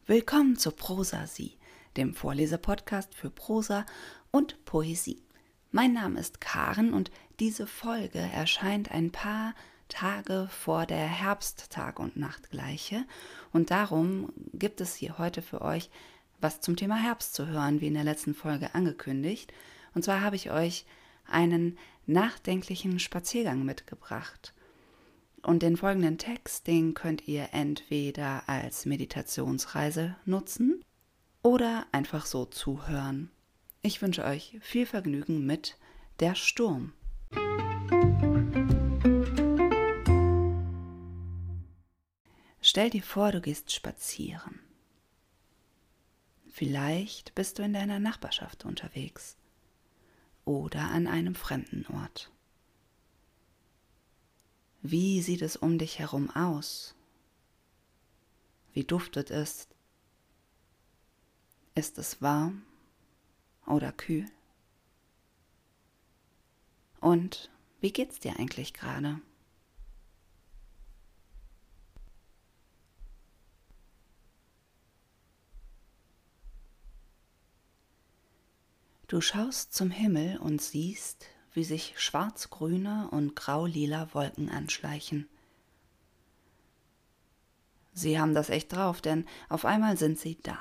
Willkommen zu Prosasie, dem Vorlesepodcast für Prosa und Poesie. Mein Name ist Karen und diese Folge erscheint ein paar Tage vor der Herbsttag- und Nachtgleiche und darum gibt es hier heute für euch was zum Thema Herbst zu hören, wie in der letzten Folge angekündigt. Und zwar habe ich euch einen nachdenklichen Spaziergang mitgebracht. Und den folgenden Text, den könnt ihr entweder als Meditationsreise nutzen oder einfach so zuhören. Ich wünsche euch viel Vergnügen mit Der Sturm. Stell dir vor, du gehst spazieren. Vielleicht bist du in deiner Nachbarschaft unterwegs oder an einem fremden Ort. Wie sieht es um dich herum aus? Wie duftet es? Ist es warm oder kühl? Und wie geht's dir eigentlich gerade? Du schaust zum Himmel und siehst, wie sich schwarz-grüne und grau-lila Wolken anschleichen. Sie haben das echt drauf, denn auf einmal sind sie da.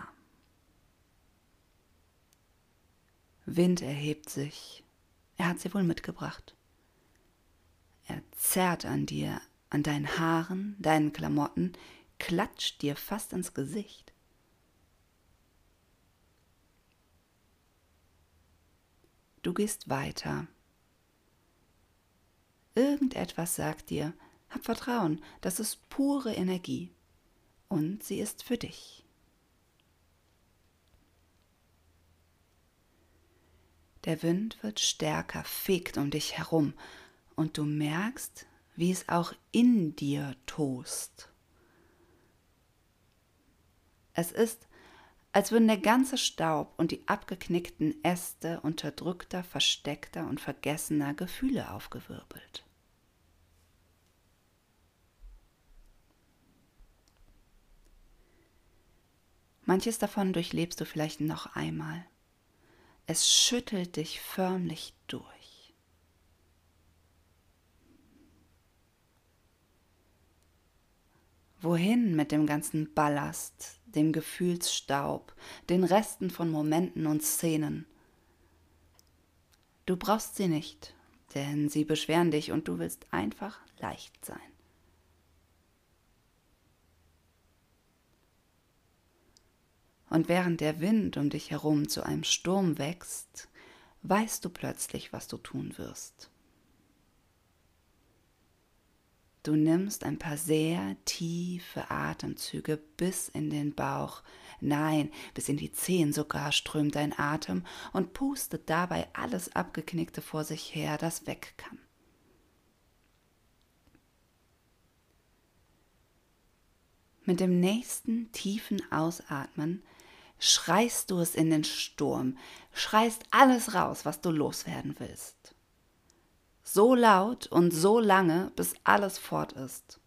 Wind erhebt sich. Er hat sie wohl mitgebracht. Er zerrt an dir, an deinen Haaren, deinen Klamotten, klatscht dir fast ins Gesicht. Du gehst weiter. Irgendetwas sagt dir, hab Vertrauen, das ist pure Energie und sie ist für dich. Der Wind wird stärker, fegt um dich herum und du merkst, wie es auch in dir tost. Es ist, als würden der ganze Staub und die abgeknickten Äste unterdrückter, versteckter und vergessener Gefühle aufgewirbelt. Manches davon durchlebst du vielleicht noch einmal. Es schüttelt dich förmlich durch. Wohin mit dem ganzen Ballast, dem Gefühlsstaub, den Resten von Momenten und Szenen? Du brauchst sie nicht, denn sie beschweren dich und du willst einfach leicht sein. Und während der Wind um dich herum zu einem Sturm wächst, weißt du plötzlich, was du tun wirst. Du nimmst ein paar sehr tiefe Atemzüge bis in den Bauch, nein, bis in die Zehen sogar strömt dein Atem und pustet dabei alles Abgeknickte vor sich her, das weg kann. Mit dem nächsten tiefen Ausatmen schreist du es in den Sturm, schreist alles raus, was du loswerden willst. So laut und so lange, bis alles fort ist.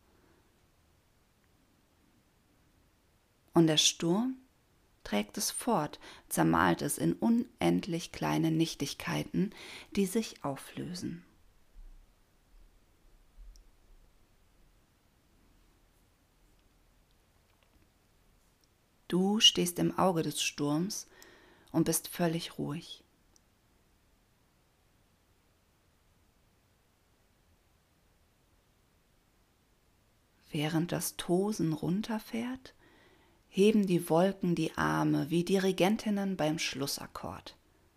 Und der Sturm trägt es fort, zermalt es in unendlich kleine Nichtigkeiten, die sich auflösen. Du stehst im Auge des Sturms und bist völlig ruhig. Während das Tosen runterfährt, heben die Wolken die Arme wie Dirigentinnen beim Schlussakkord.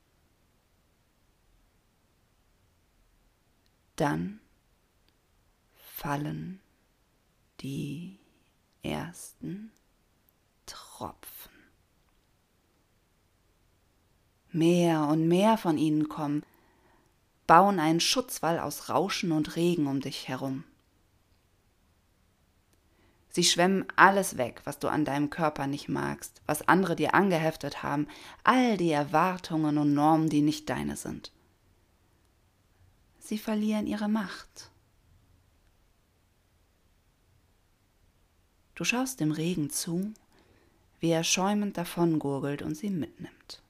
Dann fallen die ersten Tropfen. Mehr und mehr von ihnen kommen, bauen einen Schutzwall aus Rauschen und Regen um dich herum. Sie schwemmen alles weg, was du an deinem Körper nicht magst, was andere dir angeheftet haben, all die Erwartungen und Normen, die nicht deine sind. Sie verlieren ihre Macht. Du schaust dem Regen zu, wie er schäumend davongurgelt und sie mitnimmt.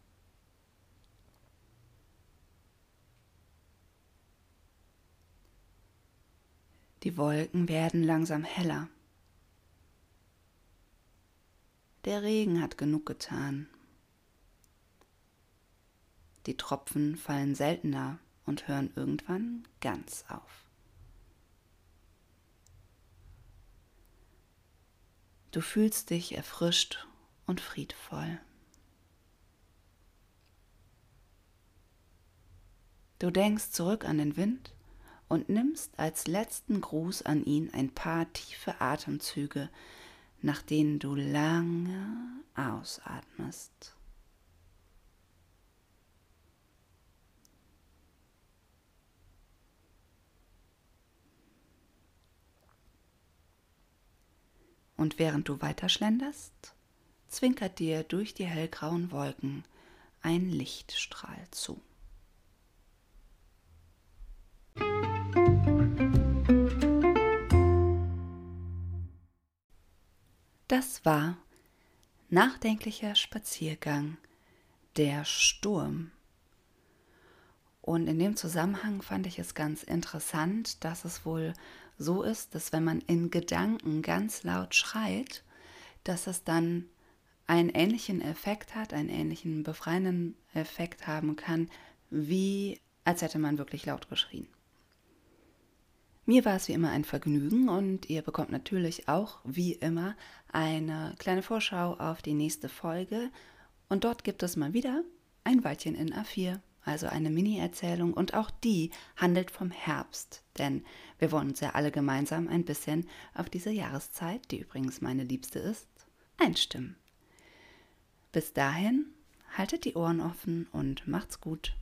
Die Wolken werden langsam heller. Der Regen hat genug getan. Die Tropfen fallen seltener und hören irgendwann ganz auf. Du fühlst dich erfrischt und friedvoll. Du denkst zurück an den Wind und nimmst als letzten Gruß an ihn ein paar tiefe Atemzüge, nach denen du lange ausatmest. Und während du weiterschlenderst, zwinkert dir durch die hellgrauen Wolken ein Lichtstrahl zu. Das war nachdenklicher Spaziergang, der Sturm. Und in dem Zusammenhang fand ich es ganz interessant, dass es wohl so ist, dass wenn man in Gedanken ganz laut schreit, dass es dann einen ähnlichen Effekt hat, einen ähnlichen befreienden Effekt haben kann, wie als hätte man wirklich laut geschrien. Mir war es wie immer ein Vergnügen und ihr bekommt natürlich auch wie immer eine kleine Vorschau auf die nächste Folge. Und dort gibt es mal wieder ein Weilchen in A4, also eine Mini-Erzählung, und auch die handelt vom Herbst, denn wir wollen uns ja alle gemeinsam ein bisschen auf diese Jahreszeit, die übrigens meine liebste ist, einstimmen. Bis dahin, haltet die Ohren offen und macht's gut.